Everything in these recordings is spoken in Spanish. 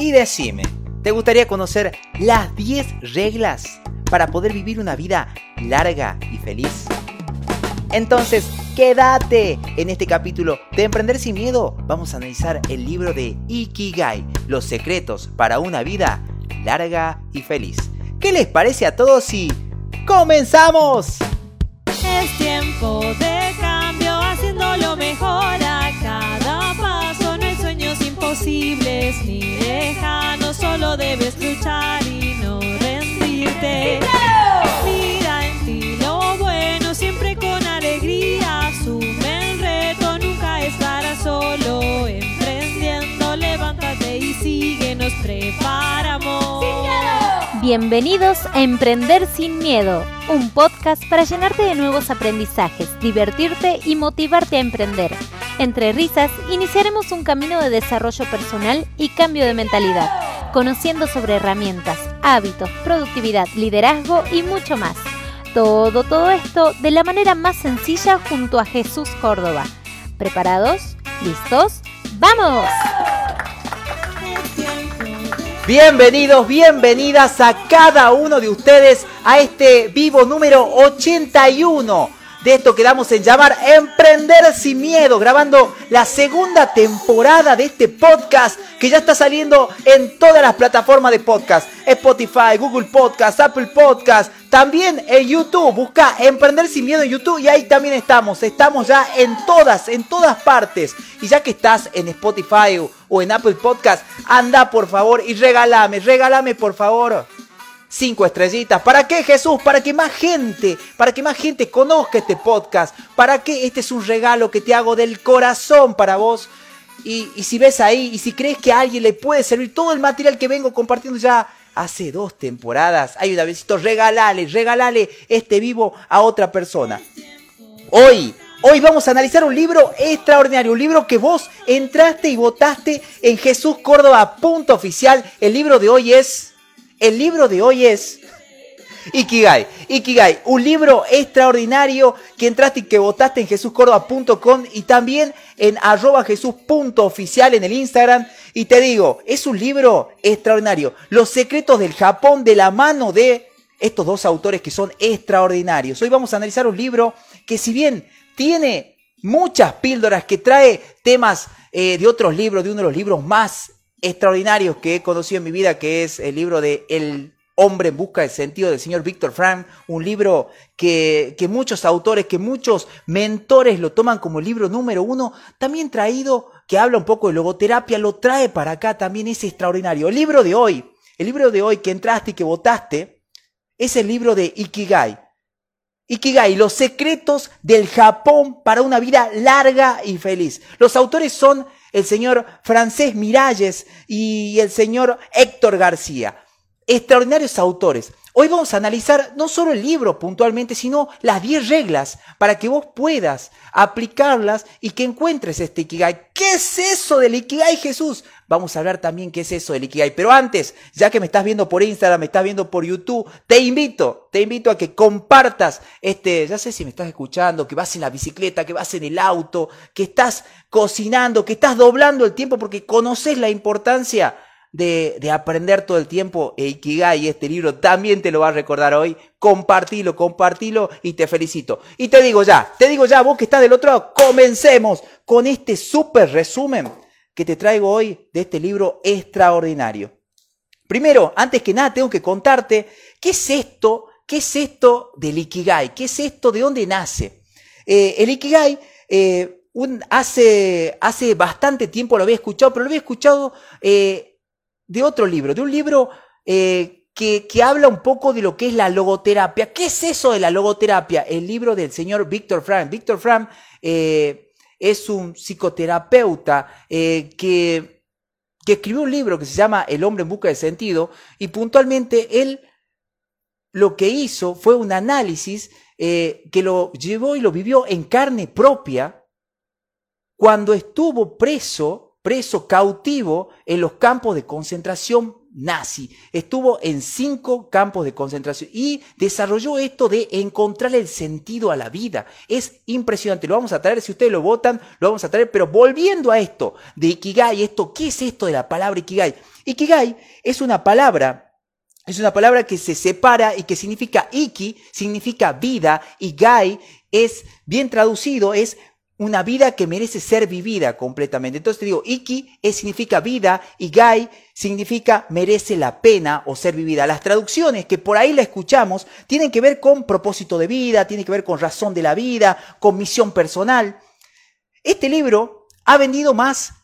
Y decime, ¿te gustaría conocer las 10 reglas para poder vivir una vida larga y feliz? Entonces, quédate en este capítulo de Emprender sin Miedo. Vamos a analizar el libro de Ikigai, los secretos para una vida larga y feliz. ¿Qué les parece a todos si comenzamos? Es tiempo de cambio, haciéndolo mejor a cada paso. No hay sueños imposibles ni lejanos, solo debes luchar y no rendirte. Mira en ti lo bueno, siempre con alegría. Asume el reto, nunca estarás solo. Emprendiendo, levántate y sigue, nos preparamos. Bienvenidos a Emprender sin Miedo, un podcast para llenarte de nuevos aprendizajes, divertirte y motivarte a emprender. Entre risas, iniciaremos un camino de desarrollo personal y cambio de mentalidad, conociendo sobre herramientas, hábitos, productividad, liderazgo y mucho más. Todo esto de la manera más sencilla junto a Jesús Córdoba. ¿Preparados? ¿Listos? ¡Vamos! Bienvenidos, bienvenidas a cada uno de ustedes a este vivo número 81 de esto que damos en llamar Emprender sin Miedo, grabando la segunda temporada de este podcast que ya está saliendo en todas las plataformas de podcast, Spotify, Google Podcast, Apple Podcast, también en YouTube. Busca Emprender sin Miedo en YouTube y ahí también estamos ya en todas partes. Y ya que estás en Spotify o en Apple Podcast, anda por favor y regálame por favor 5 estrellitas. ¿Para qué, Jesús? Para que más gente conozca este podcast. ¿Para qué? Este es un regalo que te hago del corazón para vos. Y si ves ahí, y si crees que a alguien le puede servir todo el material que vengo compartiendo ya hace 2 temporadas, hay una besito, regálale este vivo a otra persona. Hoy vamos a analizar un libro extraordinario, un libro que vos entraste y votaste en JesusCordoba.oficial. El libro de hoy es Ikigai, un libro extraordinario que entraste y que votaste en JesusCordoba.com y también en @Jesus.oficial en el Instagram. Y te digo, es un libro extraordinario. Los secretos del Japón de la mano de estos 2 autores que son extraordinarios. Hoy vamos a analizar un libro que, si bien tiene muchas píldoras, que trae temas de otros libros, de uno de los libros más extraordinarios que he conocido en mi vida, que es el libro de El hombre en busca del sentido del señor Viktor Frankl, un libro que muchos autores, que muchos mentores lo toman como el libro número 1, también traído, que habla un poco de logoterapia, lo trae para acá, también es extraordinario. El libro de hoy que entraste y que votaste, es el libro de Ikigai, los secretos del Japón para una vida larga y feliz. Los autores son el señor Francesc Miralles y el señor Héctor García. Extraordinarios autores. Hoy vamos a analizar no solo el libro puntualmente, sino las 10 reglas para que vos puedas aplicarlas y que encuentres este Ikigai. ¿Qué es eso del Ikigai, Jesús? Vamos a hablar también qué es eso del Ikigai. Pero antes, ya que me estás viendo por Instagram, me estás viendo por YouTube, te invito a que compartas ya sé si me estás escuchando, que vas en la bicicleta, que vas en el auto, que estás cocinando, que estás doblando el tiempo porque conoces la importancia de aprender todo el tiempo. Ikigai, este libro también te lo va a recordar hoy. Compartilo y te felicito. Y te digo ya, vos que estás del otro lado, comencemos con este súper resumen que te traigo hoy de este libro extraordinario. Primero, antes que nada, tengo que contarte qué es esto del Ikigai, qué es esto, de dónde nace. El Ikigai, hace bastante tiempo lo había escuchado, pero lo había escuchado de otro libro, de un libro que habla un poco de lo que es la logoterapia. ¿Qué es eso de la logoterapia? El libro del señor Viktor Frankl. Viktor Frankl es un psicoterapeuta que escribió un libro que se llama El hombre en busca del sentido, y puntualmente él lo que hizo fue un análisis que lo llevó y lo vivió en carne propia cuando estuvo preso cautivo en los campos de concentración nazi, estuvo en 5 campos de concentración y desarrolló esto de encontrar el sentido a la vida. Es impresionante, lo vamos a traer, si ustedes lo votan, lo vamos a traer, pero volviendo a esto de Ikigai, ¿qué es esto de la palabra Ikigai? Ikigai es una palabra que se separa y que significa Iki, significa vida, y Gai es, bien traducido, es una vida que merece ser vivida completamente. Entonces te digo, Iki significa vida y Gai significa merece la pena o ser vivida. Las traducciones que por ahí la escuchamos tienen que ver con propósito de vida, tienen que ver con razón de la vida, con misión personal. Este libro ha vendido más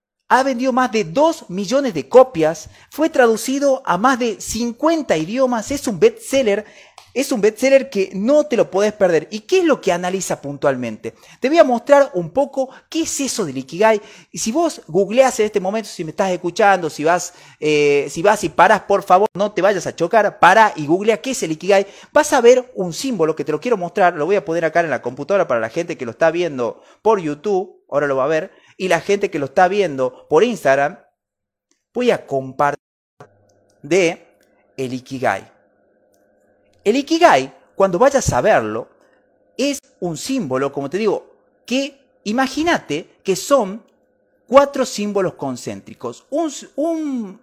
de 2 millones de copias, fue traducido a más de 50 idiomas, es un bestseller que no te lo podés perder. ¿Y qué es lo que analiza puntualmente? Te voy a mostrar un poco qué es eso del Ikigai. Y si vos googleás en este momento, si me estás escuchando, si vas y parás, por favor, no te vayas a chocar, para y googlea qué es el Ikigai, vas a ver un símbolo que te lo quiero mostrar, lo voy a poner acá en la computadora para la gente que lo está viendo por YouTube, ahora lo va a ver, y la gente que lo está viendo por Instagram, voy a compartir de el Ikigai. El Ikigai, cuando vayas a verlo, es un símbolo, como te digo, que imagínate que son 4 símbolos concéntricos. Un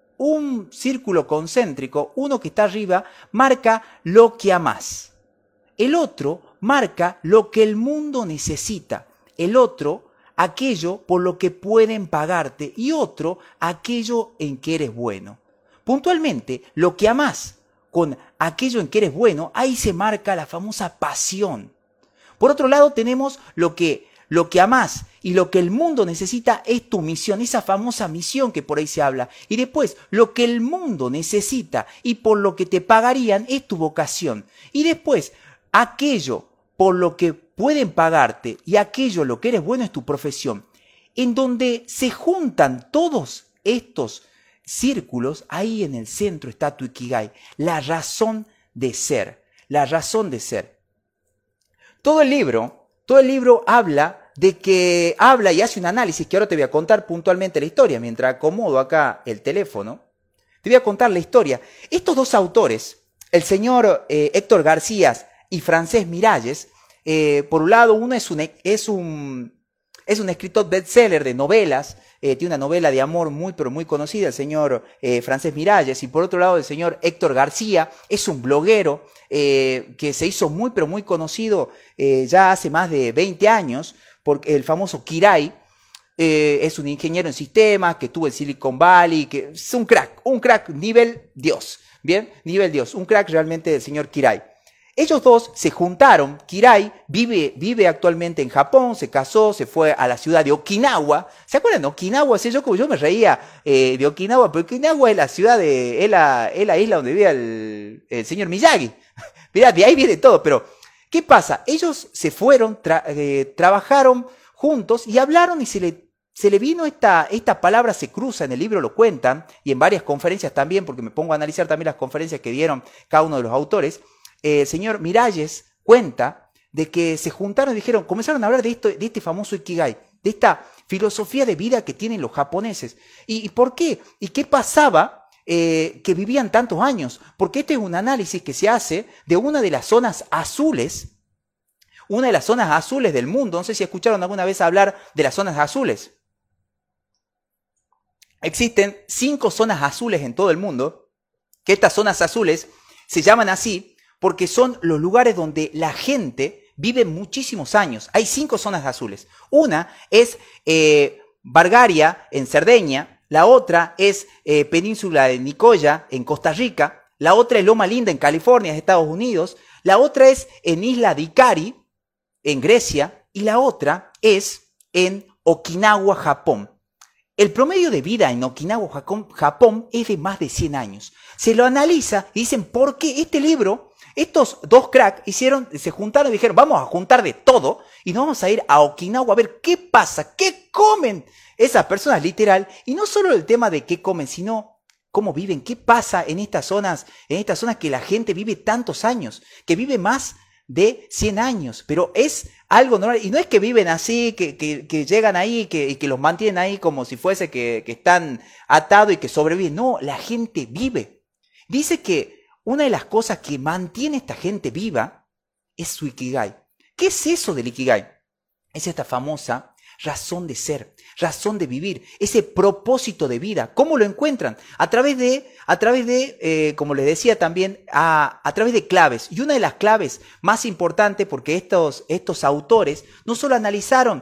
círculo concéntrico, uno que está arriba, marca lo que amás. El otro marca lo que el mundo necesita. El otro, aquello por lo que pueden pagarte. Y otro, aquello en que eres bueno. Puntualmente, lo que amás con aquello en que eres bueno, ahí se marca la famosa pasión. Por otro lado, tenemos lo que amás y lo que el mundo necesita es tu misión, esa famosa misión que por ahí se habla. Y después, lo que el mundo necesita y por lo que te pagarían es tu vocación. Y después, aquello por lo que pueden pagarte y aquello lo que eres bueno es tu profesión. En donde se juntan todos estos círculos, ahí en el centro está tu Ikigai, la razón de ser, la razón de ser. Todo el libro habla y hace un análisis que ahora te voy a contar puntualmente la historia, mientras acomodo acá el teléfono, te voy a contar la historia. Estos 2 autores, el señor Héctor García y Francesc Miralles, por un lado, uno es un escritor bestseller de novelas, tiene una novela de amor muy pero muy conocida, el señor Francesc Miralles, y por otro lado el señor Héctor García es un bloguero que se hizo muy pero muy conocido ya hace más de 20 años, porque el famoso Kirai, es un ingeniero en sistemas que tuvo en Silicon Valley, que es un crack nivel Dios, ¿bien? Nivel Dios, un crack realmente del señor Kirai. Ellos 2 se juntaron. Kirai vive actualmente en Japón, se casó, se fue a la ciudad de Okinawa. ¿Se acuerdan de Okinawa? Sí, yo me reía de Okinawa, pero Okinawa es la ciudad es la isla donde vivía el señor Miyagi. Mirá, de ahí viene todo, pero ¿qué pasa? Ellos se fueron, trabajaron juntos y hablaron y se le vino esta palabra, se cruza, en el libro lo cuentan, y en varias conferencias también, porque me pongo a analizar también las conferencias que dieron cada uno de los autores. El señor Miralles cuenta de que se juntaron y dijeron, comenzaron a hablar de este famoso Ikigai, de esta filosofía de vida que tienen los japoneses. ¿Y por qué? ¿Y qué pasaba que vivían tantos años? Porque este es un análisis que se hace de una de las zonas azules del mundo. No sé si escucharon alguna vez hablar de las zonas azules. Existen 5 zonas azules en todo el mundo, que estas zonas azules se llaman así porque son los lugares donde la gente vive muchísimos años. Hay 5 zonas azules. Una es Bargaria, en Cerdeña. La otra es Península de Nicoya, en Costa Rica. La otra es Loma Linda, en California, Estados Unidos. La otra es en Isla de Ikari, en Grecia. Y la otra es en Okinawa, Japón. El promedio de vida en Okinawa, Japón, es de más de 100 años. Se lo analiza y dicen, ¿por qué este libro? Estos 2 cracks se juntaron y dijeron, vamos a juntar de todo y nos vamos a ir a Okinawa a ver qué pasa, qué comen esas personas, literal. Y no solo el tema de qué comen, sino cómo viven, qué pasa en estas zonas que la gente vive tantos años, que vive más de 100 años, pero es algo normal, y no es que viven así, que llegan ahí y que los mantienen ahí como si fuese que están atados y que sobreviven. No, la gente vive. Dice que una de las cosas que mantiene a esta gente viva es su Ikigai. ¿Qué es eso del Ikigai? Es esta famosa razón de ser, razón de vivir, ese propósito de vida. ¿Cómo lo encuentran? A través de, como les decía también, a través de claves. Y una de las claves más importantes, porque estos autores no solo analizaron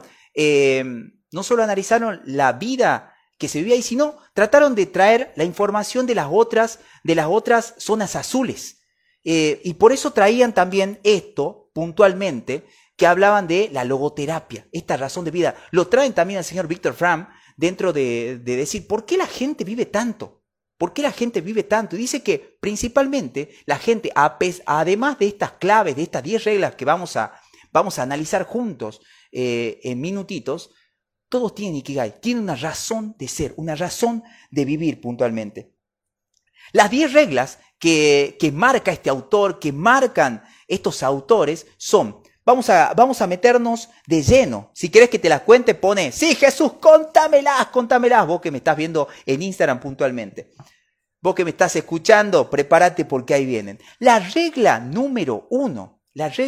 la vida que se vivía ahí, sino trataron de traer la información de las otras zonas azules. Y por eso traían también esto puntualmente, que hablaban de la logoterapia, esta razón de vida. Lo traen también al señor Viktor Frankl dentro de decir, ¿por qué la gente vive tanto? ¿Por qué la gente vive tanto? Y dice que principalmente la gente, además de estas claves, de estas 10 reglas que vamos a analizar juntos en minutitos, todos tienen Ikigai, tienen una razón de ser, una razón de vivir puntualmente. Las 10 reglas que marca este autor, que marcan estos autores son... Vamos a meternos de lleno. Si querés que te las cuente, pone, sí, Jesús, contámelas. Vos que me estás viendo en Instagram puntualmente. Vos que me estás escuchando, prepárate porque ahí vienen. La regla número uno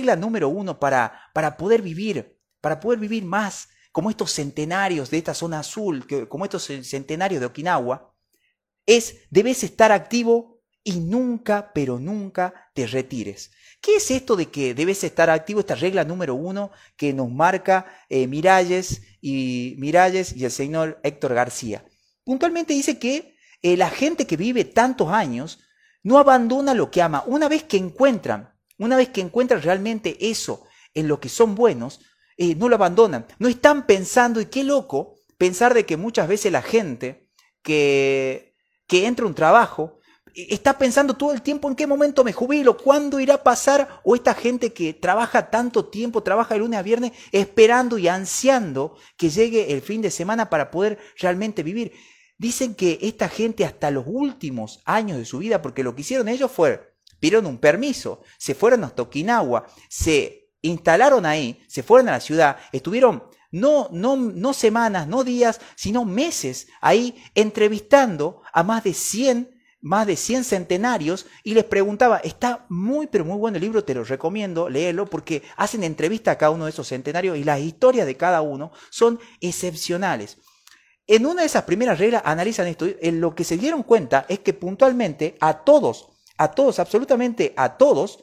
para poder vivir más como estos centenarios de esta zona azul, como estos centenarios de Okinawa, debes estar activo y nunca, pero nunca te retires. ¿Qué es esto de que debes estar activo? Esta regla número 1 que nos marca Miralles y el señor Héctor García. Puntualmente dice que la gente que vive tantos años no abandona lo que ama. Una vez que encuentran realmente eso en lo que son buenos, no lo abandonan. No están pensando, y qué loco pensar de que muchas veces la gente que entra a un trabajo está pensando todo el tiempo en qué momento me jubilo, cuándo irá a pasar, o esta gente que trabaja tanto tiempo, trabaja de lunes a viernes, esperando y ansiando que llegue el fin de semana para poder realmente vivir. Dicen que esta gente hasta los últimos años de su vida, porque lo que hicieron ellos fue, pidieron un permiso, se fueron hasta Okinawa, se instalaron ahí, se fueron a la ciudad, estuvieron no semanas, no días, sino meses ahí entrevistando a más de 100 centenarios, y les preguntaba, está muy pero muy bueno el libro, te lo recomiendo, léelo, porque hacen entrevista a cada uno de esos centenarios y las historias de cada uno son excepcionales. En una de esas primeras reglas analizan esto, en lo que se dieron cuenta es que puntualmente a todos, absolutamente a todos,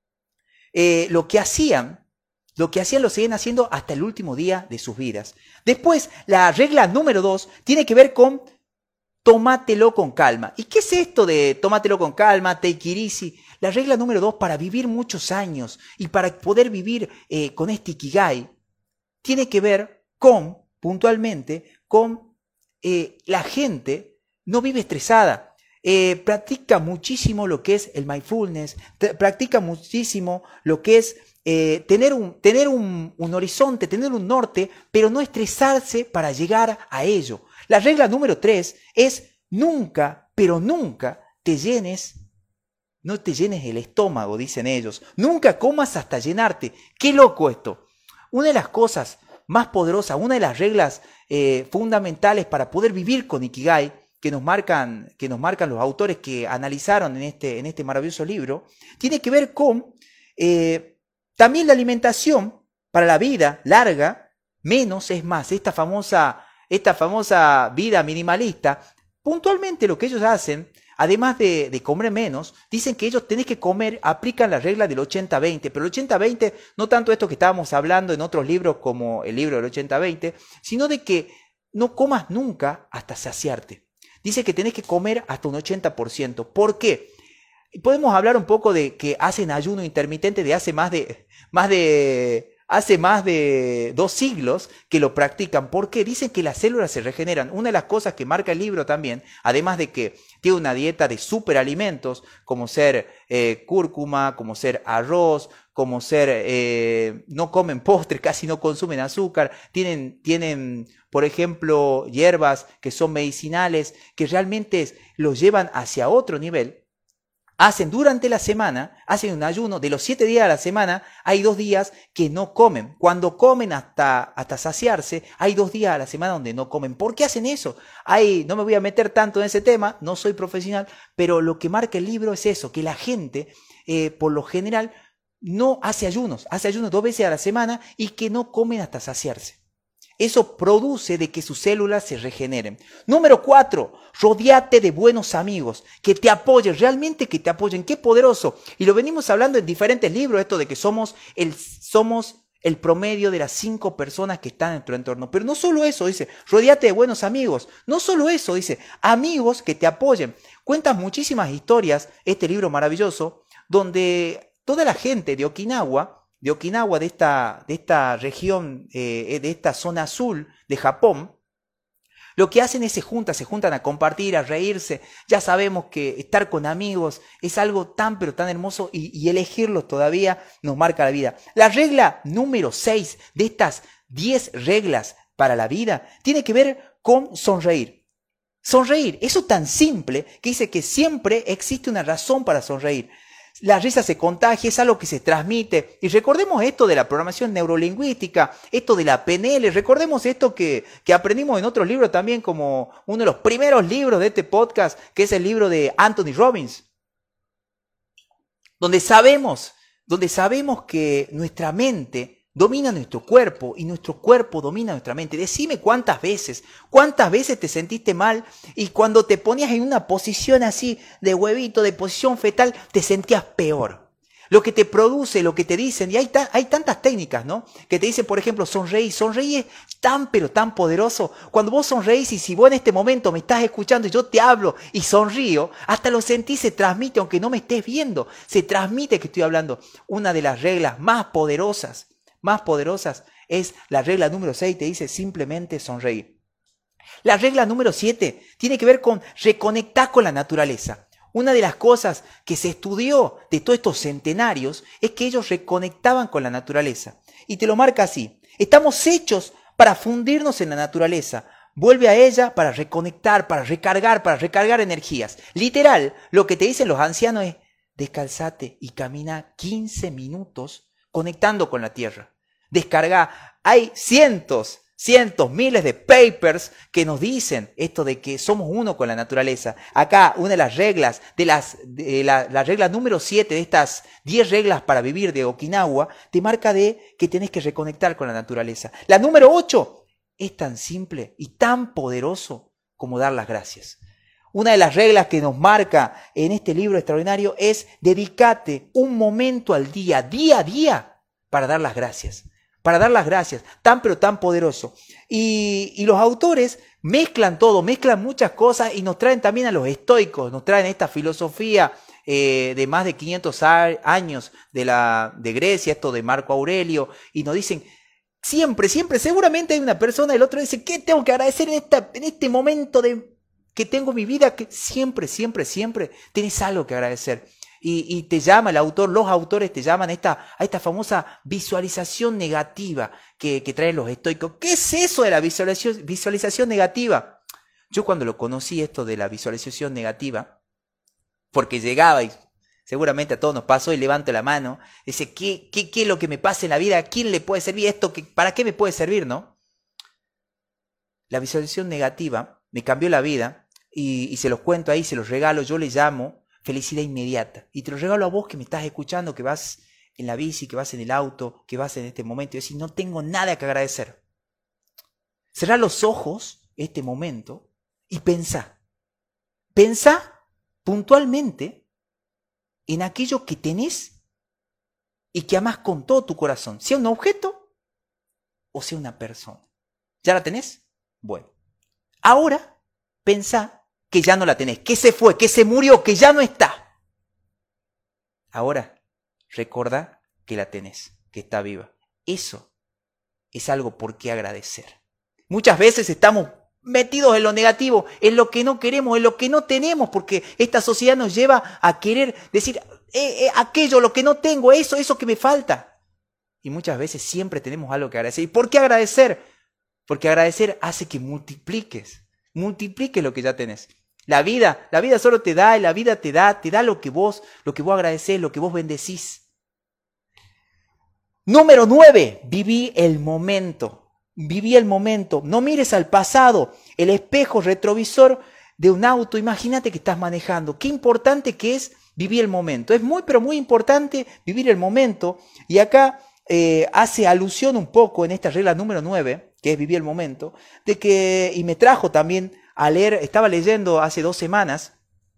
lo que hacían lo siguen haciendo hasta el último día de sus vidas. Después, la regla número 2 tiene que ver con tómatelo con calma. ¿Y qué es esto de tómatelo con calma, take it easy? La regla número 2, para vivir muchos años y para poder vivir con este Ikigai, tiene que ver puntualmente, con la gente no vive estresada. Practica muchísimo lo que es el mindfulness, practica muchísimo lo que es tener un horizonte, tener un norte, pero no estresarse para llegar a ello. La regla número 3 es nunca, pero nunca no te llenes el estómago, dicen ellos. Nunca comas hasta llenarte. ¡Qué loco esto! Una de las cosas más poderosas, una de las reglas fundamentales para poder vivir con Ikigai, que nos marcan los autores que analizaron en este maravilloso libro, tiene que ver con también la alimentación para la vida larga. Menos es más, esta famosa vida minimalista. Puntualmente lo que ellos hacen, además de comer menos, dicen que ellos tenés que comer, aplican la regla del 80-20, pero el 80-20 no tanto esto que estábamos hablando en otros libros como el libro del 80-20, sino de que no comas nunca hasta saciarte. Dice que tenés que comer hasta un 80%. ¿Por qué? Podemos hablar un poco de que hacen ayuno intermitente de hace más de 2 siglos que lo practican. ¿Por qué? Dicen que las células se regeneran. Una de las cosas que marca el libro también, además de que tiene una dieta de superalimentos, como ser cúrcuma, como ser arroz, como ser no comen postres, casi no consumen azúcar, tienen por ejemplo hierbas que son medicinales, que realmente los llevan hacia otro nivel. durante la semana, hacen un ayuno de los 7 días a la semana, hay 2 días que no comen. Cuando comen hasta saciarse, hay 2 días a la semana donde no comen. ¿Por qué hacen eso? No me voy a meter tanto en ese tema, no soy profesional, pero lo que marca el libro es eso, que la gente, por lo general, no hace ayunos 2 veces a la semana y que no comen hasta saciarse. Eso produce de que sus células se regeneren. Número 4, rodeate de buenos amigos que te apoyen, realmente que te apoyen. ¡Qué poderoso! Y lo venimos hablando en diferentes libros, esto de que somos el promedio de las 5 personas que están en tu entorno. Pero no solo eso, dice, rodeate de buenos amigos. No solo eso, dice, amigos que te apoyen. Cuentas muchísimas historias, este libro maravilloso, donde toda la gente de Okinawa, de esta región, de esta zona azul de Japón, lo que hacen es se juntan a compartir, a reírse. Ya sabemos que estar con amigos es algo tan pero tan hermoso y elegirlos todavía nos marca la vida. La regla número 6 de estas 10 reglas para la vida tiene que ver con sonreír. Sonreír, eso tan simple que dice que siempre existe una razón para sonreír. La risa se contagia, es algo que se transmite. Y recordemos esto de la programación neurolingüística, esto de la PNL, recordemos esto que aprendimos en otros libros también, como uno de los primeros libros de este podcast, que es el libro de Anthony Robbins, donde sabemos que nuestra mente domina nuestro cuerpo y nuestro cuerpo domina nuestra mente. Decime cuántas veces te sentiste mal y cuando te ponías en una posición así de huevito, de posición fetal, te sentías peor. Lo que te produce, lo que te dicen, y hay tantas técnicas, ¿no? Que te dicen, por ejemplo, sonreír. Sonreír es tan pero tan poderoso. Cuando vos sonreís y si vos en este momento me estás escuchando y yo te hablo y sonrío, hasta lo sentís, se transmite, aunque no me estés viendo, se transmite que estoy hablando. Una de las reglas más poderosas es la regla número 6, te dice simplemente sonreír. La regla número 7 tiene que ver con reconectar con la naturaleza. Una de las cosas que se estudió de todos estos centenarios es que ellos reconectaban con la naturaleza. Y te lo marca así: estamos hechos para fundirnos en la naturaleza. Vuelve a ella para reconectar, para recargar energías. Literal, lo que te dicen los ancianos es: descalzate y camina 15 minutos conectando con la tierra. Descarga. Hay cientos, miles de papers que nos dicen esto de que somos uno con la naturaleza. Acá una de las reglas, la regla número 7 de estas 10 reglas para vivir de Okinawa, te marca de que tenés que reconectar con la naturaleza. La número 8 es tan simple y tan poderoso como dar las gracias. Una de las reglas que nos marca en este libro extraordinario es: dedicate un momento al día a día, para dar las gracias. Tan pero tan poderoso. Y los autores mezclan todo, mezclan muchas cosas y nos traen también a los estoicos, nos traen esta filosofía de más de 500 años de Grecia, esto de Marco Aurelio, y nos dicen: siempre, seguramente hay una persona, el otro dice: ¿qué tengo que agradecer en este momento que tengo en mi vida? Que siempre tienes algo que agradecer. Y te llama los autores te llaman a esta famosa visualización negativa que traen los estoicos. ¿Qué es eso de la visualización negativa? Yo cuando lo conocí esto de la visualización negativa, porque llegaba y seguramente a todos nos pasó y levanto la mano, dice: ¿qué es lo que me pasa en la vida? ¿A quién le puede servir esto? ¿Para qué me puede servir, no? La visualización negativa me cambió la vida y se los cuento ahí, se los regalo, yo le llamo felicidad inmediata. Y te lo regalo a vos que me estás escuchando, que vas en la bici, que vas en el auto, que vas en este momento y decís: no tengo nada que agradecer. Cerrá los ojos este momento y pensá puntualmente en aquello que tenés y que amás con todo tu corazón, sea un objeto o sea una persona. ¿Ya la tenés? Bueno, ahora pensá que ya no la tenés, que se fue, que se murió, que ya no está. Ahora, recordá que la tenés, que está viva. Eso es algo por qué agradecer. Muchas veces estamos metidos en lo negativo, en lo que no queremos, en lo que no tenemos, porque esta sociedad nos lleva a querer decir: aquello, lo que no tengo, eso que me falta. Y muchas veces siempre tenemos algo que agradecer. ¿Y por qué agradecer? Porque agradecer hace que multipliques lo que ya tenés. La vida solo te da, y la vida te da lo que vos agradecés, lo que vos bendecís. Número 9, viví el momento. Viví el momento. No mires al pasado, el espejo retrovisor de un auto. Imagínate que estás manejando. Qué importante que es vivir el momento. Es muy, pero muy importante vivir el momento. Y acá hace alusión un poco en esta regla número 9, que es vivir el momento, y me trajo también a leer, estaba leyendo hace 2 semanas,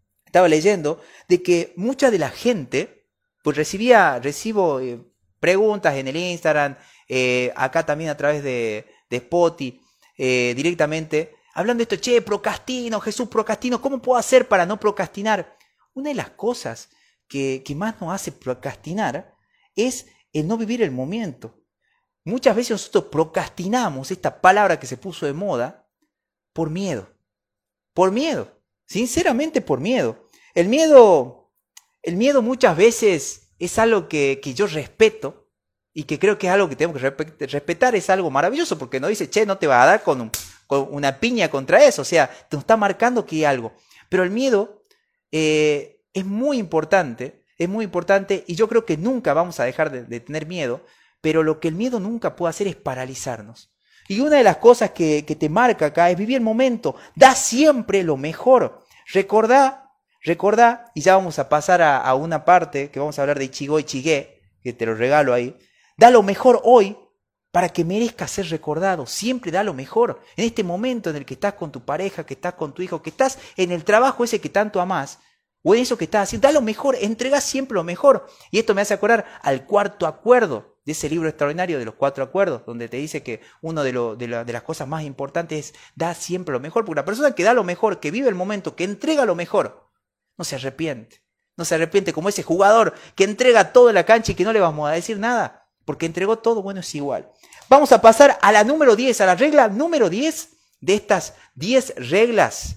de que mucha de la gente, pues recibo preguntas en el Instagram, acá también a través de Spotify, directamente, hablando de esto, procrastino, Jesús, procrastino, ¿cómo puedo hacer para no procrastinar? Una de las cosas que más nos hace procrastinar es el no vivir el momento. Muchas veces nosotros procrastinamos, esta palabra que se puso de moda, por miedo. Por miedo, sinceramente por miedo. El miedo muchas veces es algo que yo respeto y que creo que es algo que tenemos que respetar, es algo maravilloso porque nos dice, no te va a dar con una piña contra eso, o sea, te está marcando que hay algo. Pero el miedo es muy importante y yo creo que nunca vamos a dejar de tener miedo, pero lo que el miedo nunca puede hacer es paralizarnos. Y una de las cosas que te marca acá es vivir el momento. Da siempre lo mejor. Recordá, y ya vamos a pasar a una parte que vamos a hablar de Ichigo Ichige, que te lo regalo ahí. Da lo mejor hoy para que merezcas ser recordado. Siempre da lo mejor. En este momento en el que estás con tu pareja, que estás con tu hijo, que estás en el trabajo ese que tanto amás, o en eso que estás haciendo, da lo mejor, entrega siempre lo mejor. Y esto me hace acordar al 4º acuerdo de ese libro extraordinario de los 4 acuerdos, donde te dice que una de las cosas más importantes es dar siempre lo mejor, porque una persona que da lo mejor, que vive el momento, que entrega lo mejor, no se arrepiente. No se arrepiente como ese jugador que entrega todo en la cancha y que no le vamos a decir nada, porque entregó todo, bueno, es igual. Vamos a pasar a la número 10, a la regla número 10 de estas 10 reglas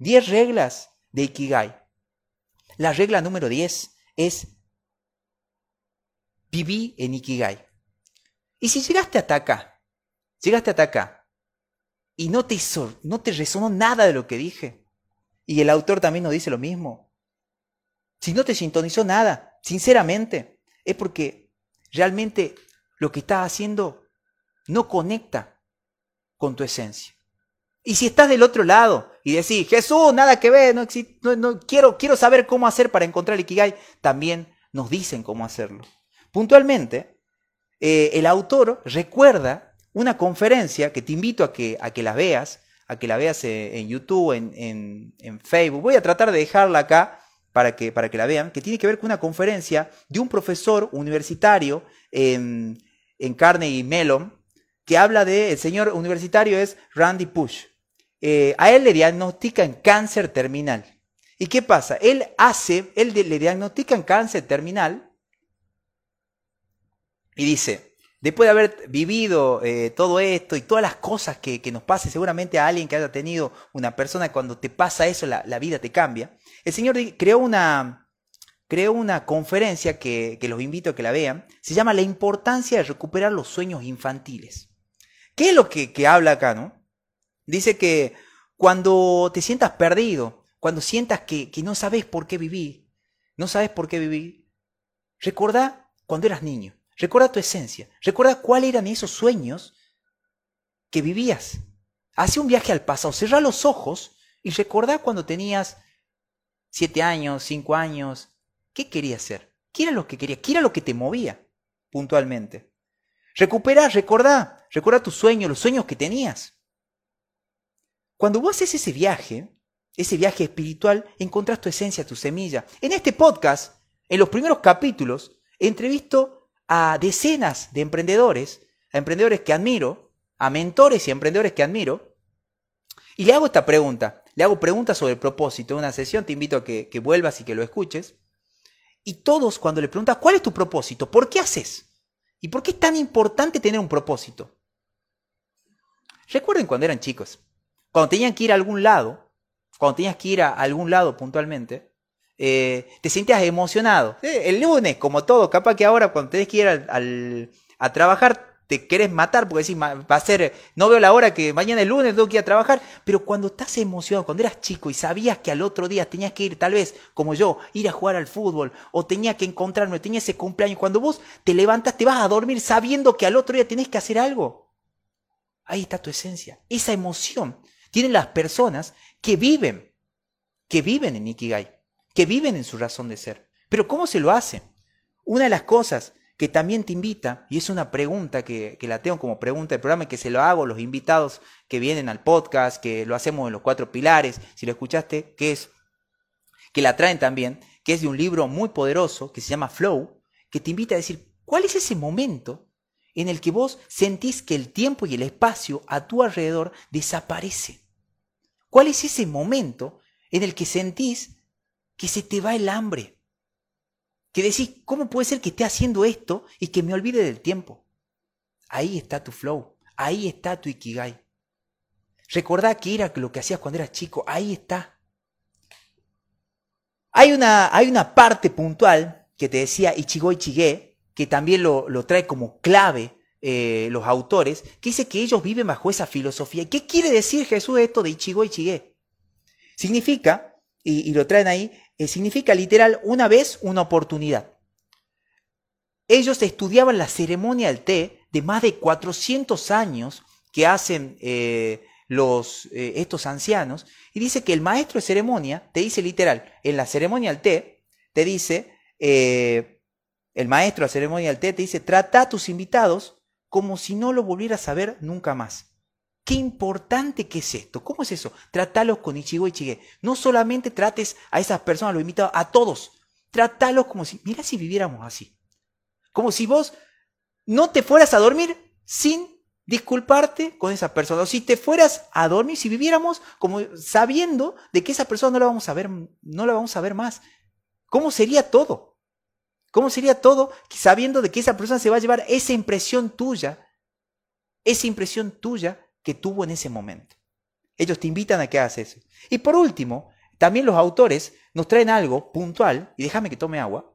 de Ikigai. La regla número 10 es viví en Ikigai. Y si llegaste hasta acá y no te resonó nada de lo que dije, y el autor también nos dice lo mismo, si no te sintonizó nada, sinceramente, es porque realmente lo que estás haciendo no conecta con tu esencia. Y si estás del otro lado y decís, Jesús, nada que ver, no quiero saber cómo hacer para encontrar el Ikigai, también nos dicen cómo hacerlo. Puntualmente, el autor recuerda una conferencia que te invito a que la veas, en YouTube, en Facebook. Voy a tratar de dejarla acá para que la vean, que tiene que ver con una conferencia de un profesor universitario en Carnegie Mellon, que habla el señor universitario es Randy Push. A él le diagnostican cáncer terminal. ¿Y qué pasa? Él le diagnostican cáncer terminal y dice, después de haber vivido todo esto y todas las cosas que nos pase, seguramente a alguien que haya tenido una persona, cuando te pasa eso, la vida te cambia. El señor creó una conferencia que los invito a que la vean. Se llama La importancia de recuperar los sueños infantiles. ¿Qué es lo que habla acá, no? Dice que cuando te sientas perdido, cuando sientas que no sabes por qué vivir, recordá cuando eras niño, recordá tu esencia, recordá cuáles eran esos sueños que vivías. Hacé un viaje al pasado, cerrá los ojos y recordá cuando tenías 7 años, 5 años, ¿qué querías hacer? ¿Qué era lo que querías? ¿Qué era lo que te movía puntualmente? Recordá tus sueños, los sueños que tenías. Cuando vos haces ese viaje espiritual, encontrás tu esencia, tu semilla. En este podcast, en los primeros capítulos, entrevisto a decenas de emprendedores, a emprendedores que admiro, a mentores y emprendedores que admiro, y le hago esta pregunta. Le hago preguntas sobre el propósito. En una sesión te invito a que vuelvas y que lo escuches. Y todos, cuando le preguntas, ¿cuál es tu propósito? ¿Por qué haces? ¿Y por qué es tan importante tener un propósito? Recuerden cuando eran chicos. Cuando tenían que ir a algún lado, puntualmente, te sentías emocionado. El lunes, como todo, capaz que ahora cuando tenés que ir a trabajar, te querés matar porque decís, va a ser, no veo la hora que mañana es lunes, tengo que ir a trabajar. Pero cuando estás emocionado, cuando eras chico y sabías que al otro día tenías que ir, tal vez, como yo, ir a jugar al fútbol, o tenías que encontrarme, tenías ese cumpleaños, cuando vos te levantas, te vas a dormir sabiendo que al otro día tenés que hacer algo. Ahí está tu esencia. Esa emoción tienen las personas que viven en Ikigai, que viven en su razón de ser. Pero ¿cómo se lo hacen? Una de las cosas que también te invita, y es una pregunta que la tengo como pregunta del programa y que se lo hago a los invitados que vienen al podcast, que lo hacemos en los 4 pilares, si lo escuchaste, que la traen también, que es de un libro muy poderoso que se llama Flow, que te invita a decir, ¿cuál es ese momento en el que vos sentís que el tiempo y el espacio a tu alrededor desaparece? ¿Cuál es ese momento en el que sentís que se te va el hambre? Que decís, ¿cómo puede ser que esté haciendo esto y que me olvide del tiempo? Ahí está tu flow, ahí está tu Ikigai. Recordá que era lo que hacías cuando eras chico, ahí está. Hay una parte puntual que te decía Ichigo Ichige, que también lo trae como clave los autores, que dice que ellos viven bajo esa filosofía. ¿Qué quiere decir Jesús esto de Ichigo Ichige? Significa, y lo traen ahí, significa literal una vez, una oportunidad. Ellos estudiaban la ceremonia del té de más de 400 años que hacen estos ancianos, y dice que el maestro de ceremonia te dice literal, en la ceremonia del té, te dice, el maestro de ceremonia del té te dice, trata a tus invitados como si no lo volvieras a ver nunca más. Qué importante que es esto. ¿Cómo es eso? Tratalos con Ichigo Ichige. No solamente trates a esas personas, los invitados, a todos. Tratalos como si, mira si viviéramos así. Como si vos no te fueras a dormir sin disculparte con esa persona. O si te fueras a dormir, si viviéramos como sabiendo de que esa persona no la vamos a ver más. ¿Cómo sería todo? ¿Cómo sería todo sabiendo de que esa persona se va a llevar esa impresión tuya que tuvo en ese momento? Ellos te invitan a que hagas eso. Y por último, también los autores nos traen algo puntual, y déjame que tome agua.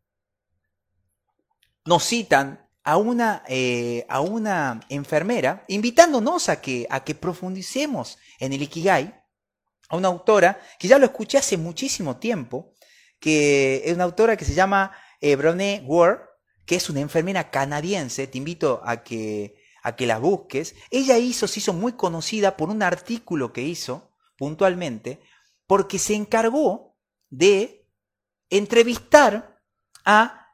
Nos citan a una enfermera, invitándonos a que profundicemos en el Ikigai, a una autora que ya lo escuché hace muchísimo tiempo, que es una autora que se llama Brené Ward, que es una enfermera canadiense. Te invito a que la busques. Ella se hizo muy conocida por un artículo que hizo puntualmente, porque se encargó de entrevistar a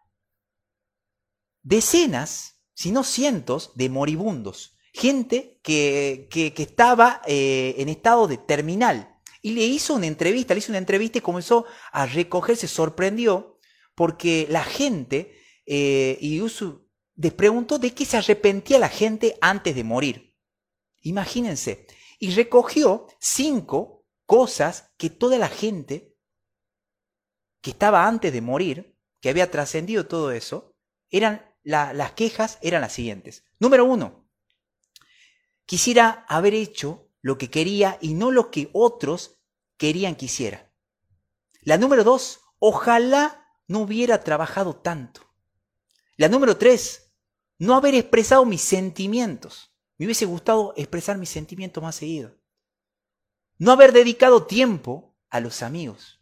decenas, si no cientos, de moribundos. Gente que estaba en estado de terminal. Y le hizo una entrevista y comenzó a recoger, se sorprendió, porque la gente les preguntó de qué se arrepentía la gente antes de morir. Imagínense. Y recogió 5 cosas que toda la gente que estaba antes de morir, que había trascendido todo eso, las quejas eran las siguientes. Número 1. Quisiera haber hecho lo que quería y no lo que otros querían que hiciera. La número 2. Ojalá no hubiera trabajado tanto. La número 3. No haber expresado mis sentimientos. Me hubiese gustado expresar mis sentimientos más seguido. No haber dedicado tiempo a los amigos.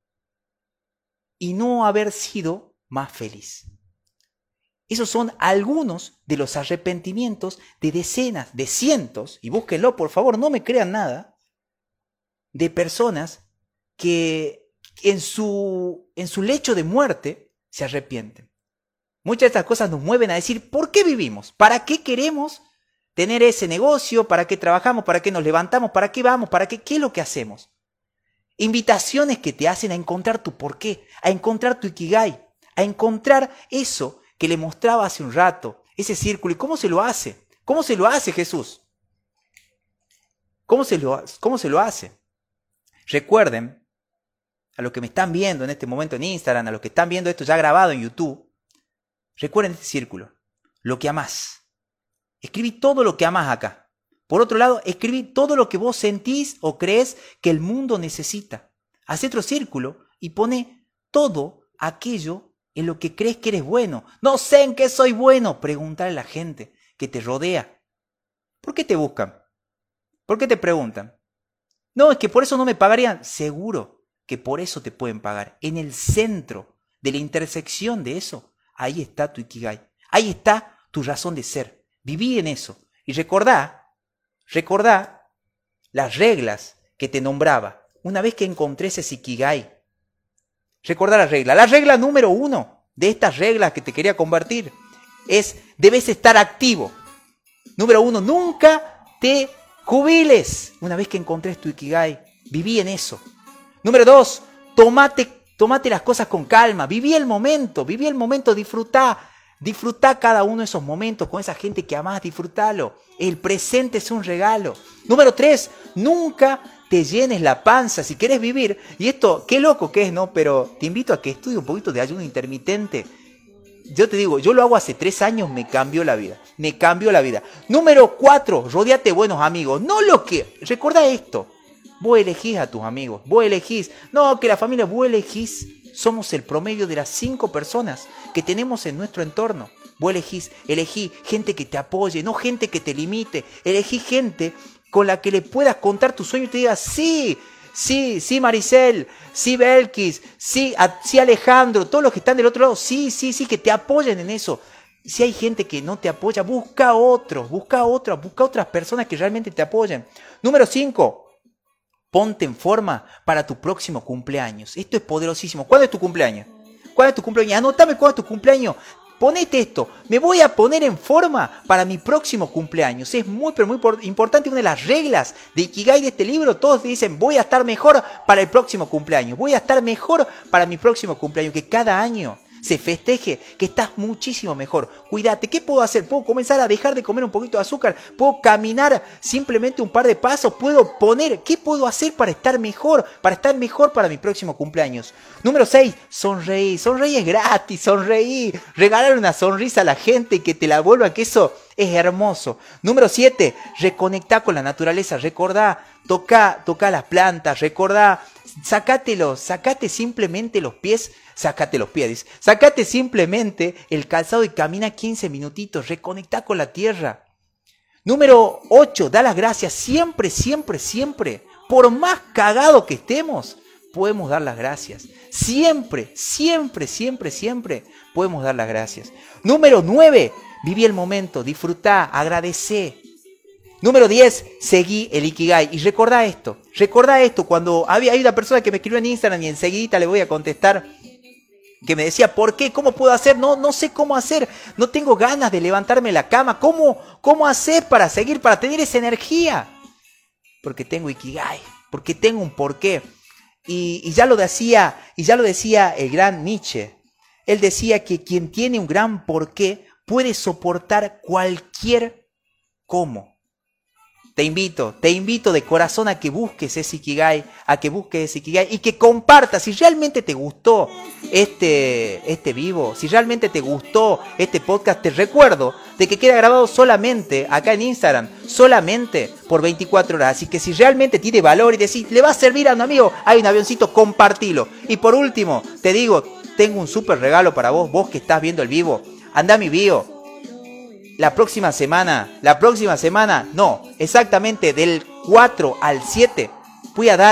Y no haber sido más feliz. Esos son algunos de los arrepentimientos de decenas, de cientos, y búsquenlo por favor, no me crean nada, de personas que en su lecho de muerte se arrepienten. Muchas de estas cosas nos mueven a decir, ¿por qué vivimos? ¿Para qué queremos tener ese negocio? ¿Para qué trabajamos? ¿Para qué nos levantamos? ¿Para qué vamos? ¿Qué es lo que hacemos? Invitaciones que te hacen a encontrar tu porqué, a encontrar tu Ikigai, a encontrar eso que le mostraba hace un rato, ese círculo. ¿Y cómo se lo hace? ¿Cómo se lo hace Jesús? ¿Cómo se lo hace? Recuerden, a los que me están viendo en este momento en Instagram, a los que están viendo esto ya grabado en YouTube, recuerden este círculo. Lo que amás. Escribí todo lo que amás acá. Por otro lado, escribí todo lo que vos sentís o crees que el mundo necesita. Haz otro círculo y pone todo aquello en lo que crees que eres bueno. No sé en qué soy bueno. Preguntarle a la gente. que te rodea. ¿Por qué te buscan? ¿Por qué te preguntan? No, es que por eso no me pagarían. Seguro que por eso te pueden pagar. En el centro de la intersección de eso, ahí está tu Ikigai. Ahí está tu razón de ser. Viví en eso. Y recordá las reglas que te nombraba. Una vez que encontré ese Ikigai, recordá la regla. La regla número 1 de estas reglas que te quería compartir es: debes estar activo. Número 1, nunca te jubiles. Una vez que encontrés tu Ikigai, viví en eso. Número 2, tómate las cosas con calma. Viví el momento, disfrutá cada uno de esos momentos con esa gente que amás, disfrutalo. El presente es un regalo. Número 3, nunca te llenes la panza si querés vivir. Y esto, qué loco que es, ¿no? Pero te invito a que estudies un poquito de ayuno intermitente. Yo te digo, yo lo hago hace 3 años, me cambió la vida. Número 4, rodéate de buenos amigos. Recordá esto. Vos elegís a tus amigos, no, que la familia, vos elegís. Somos el promedio de las 5 personas que tenemos en nuestro entorno. Vos elegí gente que te apoye, no gente que te limite. Elegí gente con la que le puedas contar tus sueños y te diga, sí, Maricel, sí, Belkis, sí, Alejandro, todos los que están del otro lado, sí, que te apoyen en eso. Si hay gente que no te apoya, busca otras personas que realmente te apoyen. Número 5. Ponte en forma para tu próximo cumpleaños. Esto es poderosísimo. ¿Cuándo es tu cumpleaños? Anótame cuándo es tu cumpleaños. Ponete esto. Me voy a poner en forma para mi próximo cumpleaños. Es muy, pero muy importante. Una de las reglas de Ikigai de este libro. Todos dicen, voy a estar mejor para el próximo cumpleaños. Voy a estar mejor para mi próximo cumpleaños. Que cada año se festeje que estás muchísimo mejor. Cuídate. ¿Qué puedo hacer? ¿Puedo comenzar a dejar de comer un poquito de azúcar? ¿Puedo caminar simplemente un par de pasos? ¿Qué puedo hacer para estar mejor? Para mi próximo cumpleaños. Número 6. Sonreí. Sonreí es gratis. Sonreí. Regalar una sonrisa a la gente y que te la vuelva, que eso es hermoso. Número 7. Reconectar con la naturaleza. Recordá, toca las plantas. Recordá, sacate simplemente los pies. Sacate simplemente el calzado y camina 15 minutitos. Reconectá con la tierra. Número 8. Da las gracias. Siempre. Por más cagado que estemos, podemos dar las gracias. Siempre podemos dar las gracias. Número 9. Viví el momento. Disfrutá. Agradecé. Número 10, seguí el Ikigai. Y recordá esto. Cuando hay una persona que me escribió en Instagram y enseguida le voy a contestar, que me decía, ¿por qué? ¿Cómo puedo hacer? No sé cómo hacer. No tengo ganas de levantarme de la cama. ¿Cómo hacer para seguir, para tener esa energía? Porque tengo Ikigai. Porque tengo un porqué. Y ya lo decía el gran Nietzsche. Él decía que quien tiene un gran porqué puede soportar cualquier cómo. Te invito de corazón a que busques ese Ikigai, y que compartas. Si realmente te gustó este vivo, si realmente te gustó este podcast, te recuerdo de que queda grabado solamente acá en Instagram, solamente por 24 horas. Así que si realmente tiene valor y decís, le va a servir a un amigo, hay un avioncito, compartilo. Y por último, te digo, tengo un súper regalo para vos que estás viendo el vivo. Anda a mi bio. La próxima semana, exactamente del 4 al 7, voy a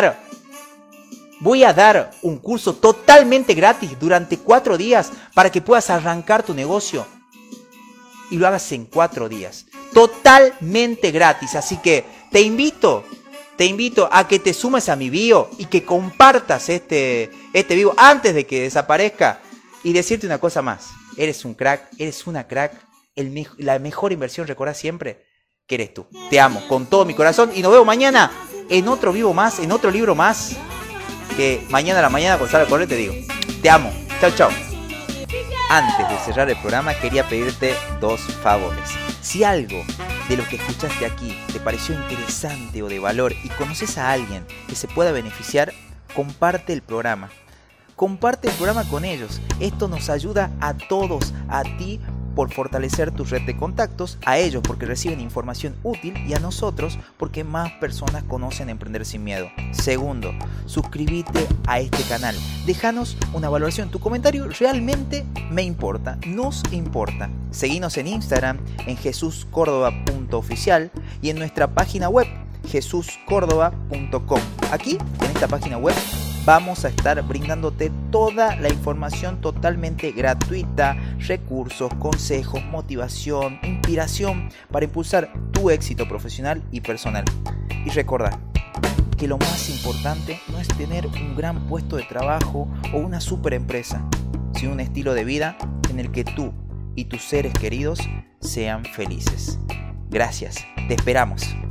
dar un curso totalmente gratis durante 4 días para que puedas arrancar tu negocio y lo hagas en 4 días. Totalmente gratis. Así que te invito a que te sumes a mi bio y que compartas este vivo antes de que desaparezca. Y decirte una cosa más. Eres un crack, eres una crack. La mejor inversión, recordá siempre que eres tú. Te amo con todo mi corazón y nos vemos mañana en otro vivo más, en otro libro más. Que mañana a la mañana con Sara Correa te digo. Te amo. Chao. Antes de cerrar el programa quería pedirte 2 favores. Si algo de lo que escuchaste aquí te pareció interesante o de valor y conoces a alguien que se pueda beneficiar, comparte el programa. Comparte el programa con ellos. Esto nos ayuda a todos, a ti, por fortalecer tu red de contactos, a ellos porque reciben información útil y a nosotros porque más personas conocen Emprender Sin Miedo. Segundo, suscríbete a este canal. Déjanos una valoración. Tu comentario realmente me importa, nos importa. Seguinos en Instagram en jesuscordoba.oficial y en nuestra página web jesuscordoba.com. Aquí, en esta página web, vamos a estar brindándote toda la información totalmente gratuita, recursos, consejos, motivación, inspiración para impulsar tu éxito profesional y personal. Y recordá que lo más importante no es tener un gran puesto de trabajo o una super empresa, sino un estilo de vida en el que tú y tus seres queridos sean felices. Gracias, te esperamos.